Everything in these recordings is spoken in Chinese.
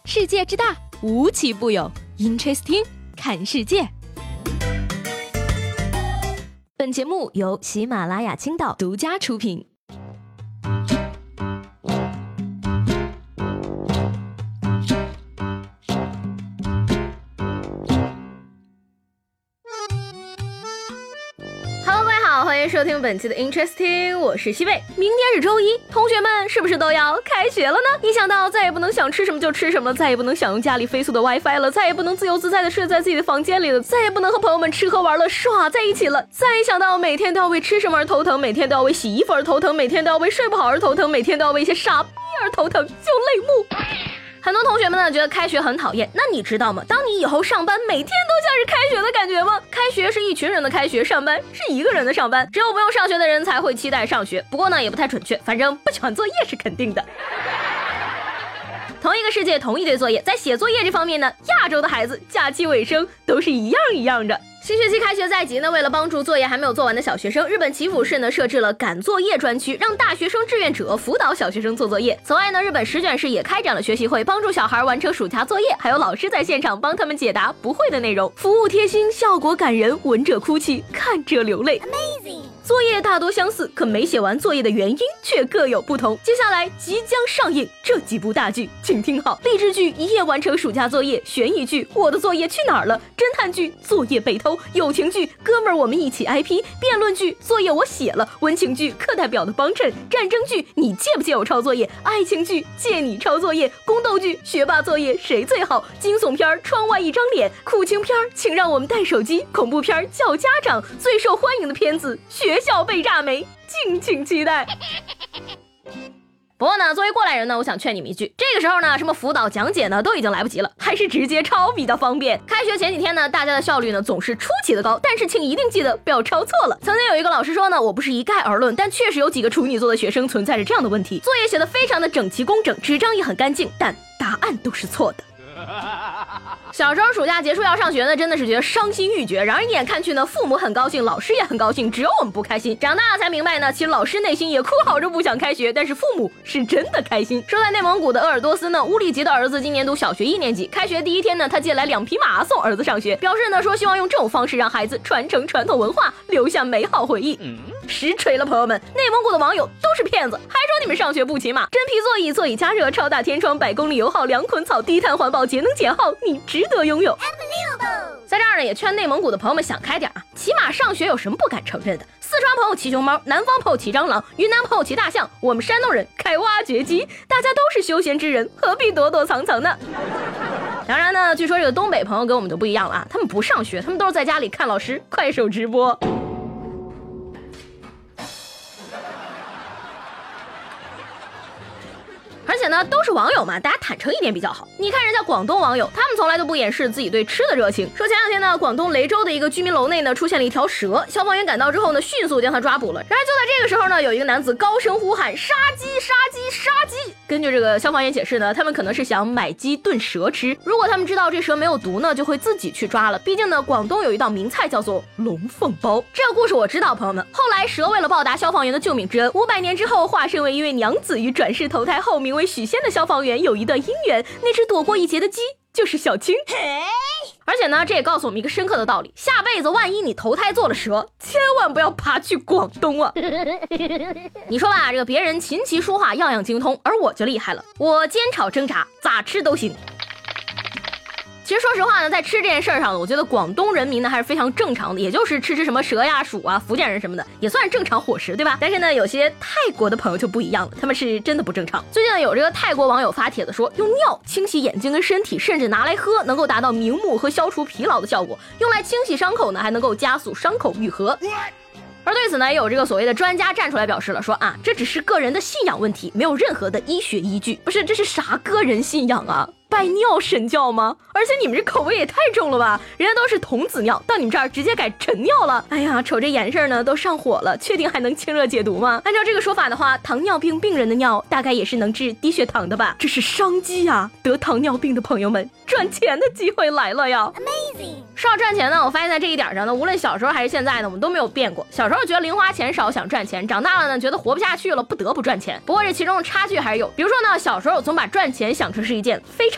世界之大，无奇不有。Interesting， 看世界。本节目由喜马拉雅青岛独家出品。欢迎收听本期的 Interesting， 我是西贝。明天是周一，同学们是不是都要开学了呢？一想到再也不能想吃什么就吃什么了，再也不能享用家里飞速的 WiFi 了，再也不能自由自在的睡在自己的房间里了，再也不能和朋友们吃喝玩乐耍在一起了，再一想到每天都要为吃什么而头疼，每天都要为洗衣服而头疼，每天都要为睡不好而头疼，每天都要为一些傻逼而头疼，就泪目。很多同学们呢觉得开学很讨厌，那你知道吗？当你以后上班每天都像是开学的感觉吗？开学是一群人的开学，上班是一个人的上班，只有不用上学的人才会期待上学。不过呢也不太准确，反正不喜欢作业是肯定的。同一个世界，同一堆作业，在写作业这方面呢，亚洲的孩子假期尾声都是一样的。新学期开学在即呢，为了帮助作业还没有做完的小学生，日本岐阜市呢设置了赶作业专区，让大学生志愿者辅导小学生做作业。此外呢，日本石卷市也开展了学习会，帮助小孩完成暑假作业，还有老师在现场帮他们解答不会的内容，服务贴心，效果感人，闻者哭泣，看者流泪。Amazing。作业大多相似，可没写完作业的原因却各有不同。接下来即将上映这几部大剧，请听好：励志剧《一夜完成暑假作业》，悬疑剧《我的作业去哪儿了》，侦探剧《作业被偷》，友情剧《哥们儿我们一起 IP》，辩论剧《作业我写了》，温情剧《课代表的帮衬》，战争剧《你借不借我抄作业》，爱情剧《借你抄作业》，宫斗剧《学霸作业谁最好》，惊悚片《窗外一张脸》，苦情片《请让我们带手机》，恐怖片《叫家长》，最受欢迎的片子学校被炸没，敬请期待。不过呢，作为过来人呢，我想劝你们一句，这个时候呢，什么辅导讲解呢，都已经来不及了，还是直接抄比较方便。开学前几天呢，大家的效率呢总是出奇的高，但是请一定记得不要抄错了。曾经有一个老师说呢，我不是一概而论，但确实有几个处女座的学生存在着这样的问题：作业写得非常的整齐工整，纸张也很干净，但答案都是错的。小时候暑假结束要上学呢，真的是觉得伤心欲绝，然而一眼看去呢，父母很高兴，老师也很高兴，只有我们不开心。长大了才明白呢，其实老师内心也哭嚎着不想开学，但是父母是真的开心。说在内蒙古的鄂尔多斯呢，乌里吉的儿子今年读小学1年级，开学第一天呢，他借来2匹马送儿子上学，表示呢说希望用这种方式让孩子传承传统文化，留下美好回忆。实锤了，朋友们，内蒙古的网友都是骗子，还说你们上学不骑马，真皮座椅，座椅加热，超大天窗，100公里油耗，2捆草，低碳环保，节能减耗，你值得拥有。在这儿呢，也劝内蒙古的朋友们想开点啊，骑马上学有什么不敢承认的？四川朋友骑熊猫，南方朋友骑蟑螂，云南朋友骑大象，我们山东人开挖掘机，大家都是休闲之人，何必躲躲藏藏呢？当然呢，据说这个东北朋友跟我们就不一样了啊，他们不上学，他们都是在家里看老师快手直播。而且呢，都是网友嘛，大家坦诚一点比较好。你看人家广东网友，他们从来都不掩饰自己对吃的热情。说前两天呢，广东雷州的一个居民楼内呢出现了一条蛇，消防员赶到之后呢，迅速将它抓捕了。然而就在这个时候呢，有一个男子高声呼喊：杀鸡杀鸡杀鸡！根据这个消防员解释呢，他们可能是想买鸡炖蛇吃。如果他们知道这蛇没有毒呢，就会自己去抓了。毕竟呢，广东有一道名菜叫做龙凤包。这个故事我知道，朋友们。后来蛇为了报答消防员的救命之恩，500年之后化身为一位娘子，与转世投胎后名为许仙的消防员有一段姻缘，那只躲过一劫的鸡就是小青。而且呢，这也告诉我们一个深刻的道理：下辈子万一你投胎做了蛇，千万不要爬去广东啊！你说吧，这个别人琴棋书画样样精通，而我就厉害了，我煎炒蒸炸咋吃都行。其实说实话呢，在吃这件事上呢，我觉得广东人民呢还是非常正常的，也就是吃什么蛇呀、鼠啊，福建人什么的也算是正常伙食，对吧？但是呢，有些泰国的朋友就不一样了，他们是真的不正常。最近呢，有这个泰国网友发帖子说，用尿清洗眼睛跟身体，甚至拿来喝，能够达到明目和消除疲劳的效果；用来清洗伤口呢，还能够加速伤口愈合。而对此呢，也有这个所谓的专家站出来表示了，说啊，这只是个人的信仰问题，没有任何的医学依据。不是，这是啥个人信仰啊？拜尿神教吗？而且你们这口味也太重了吧，人家都是童子尿，到你们这儿直接改陈尿了。哎呀，瞅这颜色呢都上火了，确定还能清热解毒吗？按照这个说法的话，糖尿病病人的尿大概也是能治低血糖的吧？这是商机啊，得糖尿病的朋友们，赚钱的机会来了呀。 Amazing。 说到赚钱呢，我发现在这一点上呢，无论小时候还是现在呢，我们都没有变过。小时候觉得零花钱少想赚钱，长大了呢觉得活不下去了不得不赚钱。不过这其中的差距还是有，比如说呢，小时候总把赚钱想成是一件非常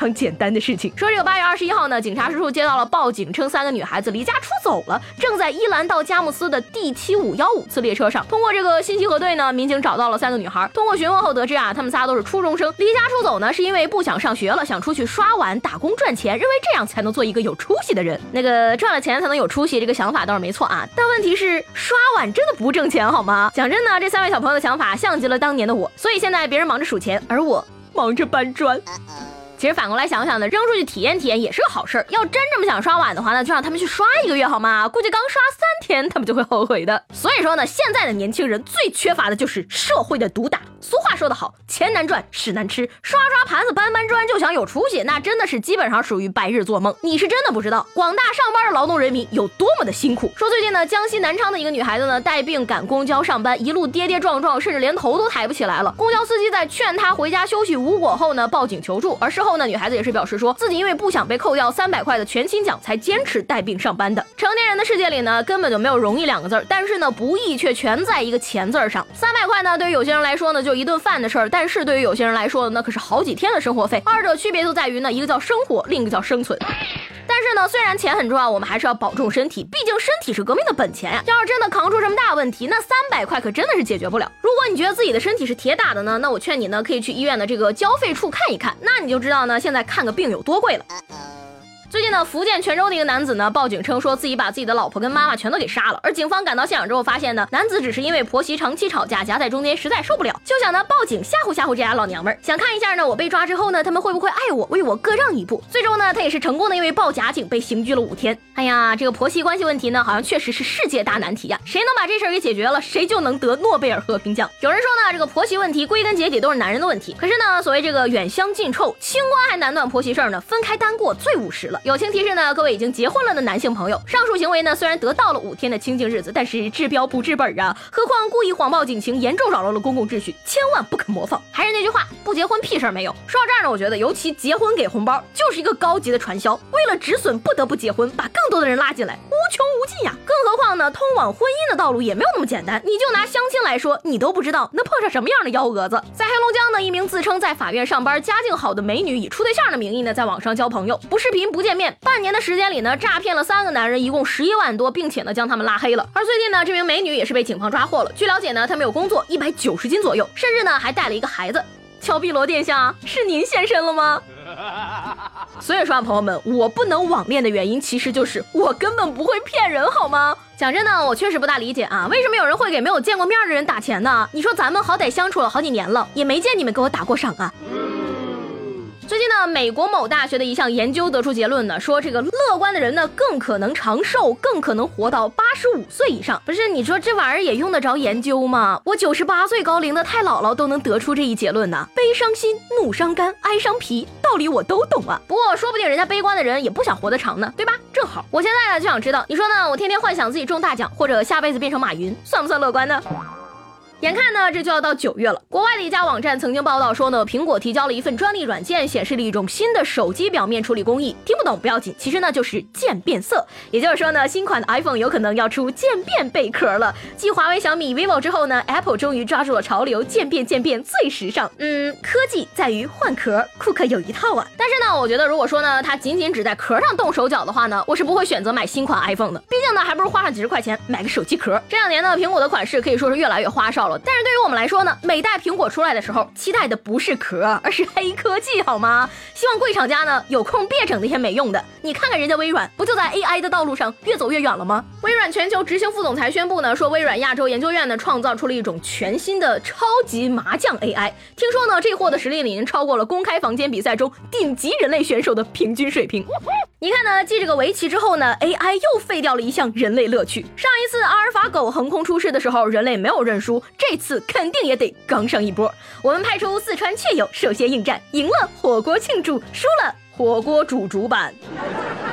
常简单的事情。说这个8月21号呢，警察叔叔接到了报警，称3个女孩子离家出走了，正在伊兰到佳木斯的第7515次列车上。通过这个信息核对呢，民警找到了3个女孩。通过询问后得知啊，她们仨都是初中生，离家出走呢是因为不想上学了，想出去刷碗打工赚钱，认为这样才能做一个有出息的人。那个赚了钱才能有出息，这个想法倒是没错啊，但问题是刷碗真的不挣钱好吗？讲真的，这3位小朋友的想法像极了当年的我，所以现在别人忙着数钱，而我忙着搬砖。其实反过来想想呢，扔出去体验体验也是个好事儿。要真这么想刷碗的话呢，就让他们去刷1个月好吗？估计刚刷3天，他们就会后悔的。所以说呢，现在的年轻人最缺乏的就是社会的毒打。俗话说得好，钱难赚，屎难吃，刷盘子搬砖就想有出息，那真的是基本上属于白日做梦。你是真的不知道广大上班的劳动人民有多么的辛苦。说最近呢，江西南昌的一个女孩子呢，带病赶公交上班，一路跌跌撞撞，甚至连头都抬不起来了。公交司机在劝她回家休息无果后呢，报警求助。而事后呢，女孩子也是表示说自己因为不想被扣掉300块的全勤奖，才坚持带病上班的。成年人的世界里呢，根本就没有容易2个字，但是呢，不易却全在一个钱字上。300块呢，对于有些人来说呢，就一顿饭的事儿，但是对于有些人来说呢，那可是好几天的生活费。二者区别就在于呢，一个叫生活，另一个叫生存。但是呢，虽然钱很重要，我们还是要保重身体，毕竟身体是革命的本钱呀。要是真的扛出这么大问题，那300块可真的是解决不了。如果你觉得自己的身体是铁打的呢，那我劝你呢，可以去医院的这个交费处看一看，那你就知道呢，现在看个病有多贵了。最近呢，福建泉州的一个男子呢报警称说自己把自己的老婆跟妈妈全都给杀了，而警方赶到现场之后发现呢，男子只是因为婆媳长期吵架夹在中间实在受不了，就想呢报警吓唬吓唬这俩老娘们儿，想看一下呢我被抓之后呢他们会不会爱我，为我各让一步。最终呢他也是成功的因为报假警被刑拘了5天。哎呀，这个婆媳关系问题呢好像确实是世界大难题呀，谁能把这事儿给解决了，谁就能得诺贝尔和平奖。有人说呢这个婆媳问题归根结底都是男人的问题，可是呢所谓这个远香近臭，清官还难断婆媳事儿呢，分开单过最务实了。友情提示呢，各位已经结婚了的男性朋友，上述行为呢虽然得到了5天的清静日子，但是治标不治本啊，何况故意谎报警情，严重扰乱了公共秩序，千万不可模仿。还是那句话，不结婚屁事儿没有。说到这儿呢，我觉得尤其结婚给红包就是一个高级的传销，为了止损不得不结婚，把更多的人拉进来，无穷无尽呀。更何况呢，通往婚姻的道路也没有那么简单。你就拿相亲来说，你都不知道能碰上什么样的幺蛾子。在黑龙江呢，一名自称在法院上班、家境好的美女，以处对象的名义呢，在网上交朋友，不视频不见面，半年的时间里呢，诈骗了3个男人，一共11万多，并且呢将他们拉黑了。而最近呢，这名美女也是被警方抓获了。据了解呢，她没有工作，190斤左右，甚至呢还带了一个孩子。乔碧罗殿下，是您现身了吗？所以说啊，朋友们，我不能网恋的原因其实就是我根本不会骗人，好吗？讲真的，我确实不大理解啊，为什么有人会给没有见过面的人打钱呢？你说咱们好歹相处了好几年了，也没见你们给我打过赏啊。最近呢，美国某大学的一项研究得出结论呢，说这个乐观的人呢更可能长寿，更可能活到85岁以上。不是，你说这玩意儿也用得着研究吗？我98岁高龄的太姥姥都能得出这一结论呢。悲伤心，怒伤肝，哀伤脾，道理我都懂啊。不过说不定人家悲观的人也不想活得长呢，对吧？正好，我现在呢就想知道，你说呢？我天天幻想自己中大奖，或者下辈子变成马云，算不算乐观呢？眼看呢，这就要到9月了。国外的一家网站曾经报道说呢，苹果提交了一份专利软件，显示了一种新的手机表面处理工艺。听不懂不要紧，其实呢就是渐变色。也就是说呢，新款的 iPhone 有可能要出渐变贝壳了。继华为、小米、vivo 之后呢 ，Apple 终于抓住了潮流，渐变最时尚。科技在于换壳，库克有一套啊。但是呢，我觉得如果说呢，它仅只在壳上动手脚的话呢，我是不会选择买新款 iPhone 的。毕竟呢，还不如花上几十块钱买个手机壳。这2年呢，苹果的款式可以说是越来越花哨了。但是对于我们来说呢，每代苹果出来的时候，期待的不是壳，而是黑科技，好吗？希望贵厂家呢有空别整那些没用的。你看看人家微软，不就在 AI 的道路上越走越远了吗？微软全球执行副总裁宣布呢，说微软亚洲研究院呢创造出了一种全新的超级麻将 AI。听说呢，这货的实力已经超过了公开房间比赛中顶级人类选手的平均水平。你看呢，继这个围棋之后呢 ，AI 又废掉了一项人类乐趣。上一次阿尔法狗横空出世的时候，人类没有认输，这次肯定也得刚上一波。我们派出四川雀友首先应战，赢了火锅庆祝，输了火锅煮主板。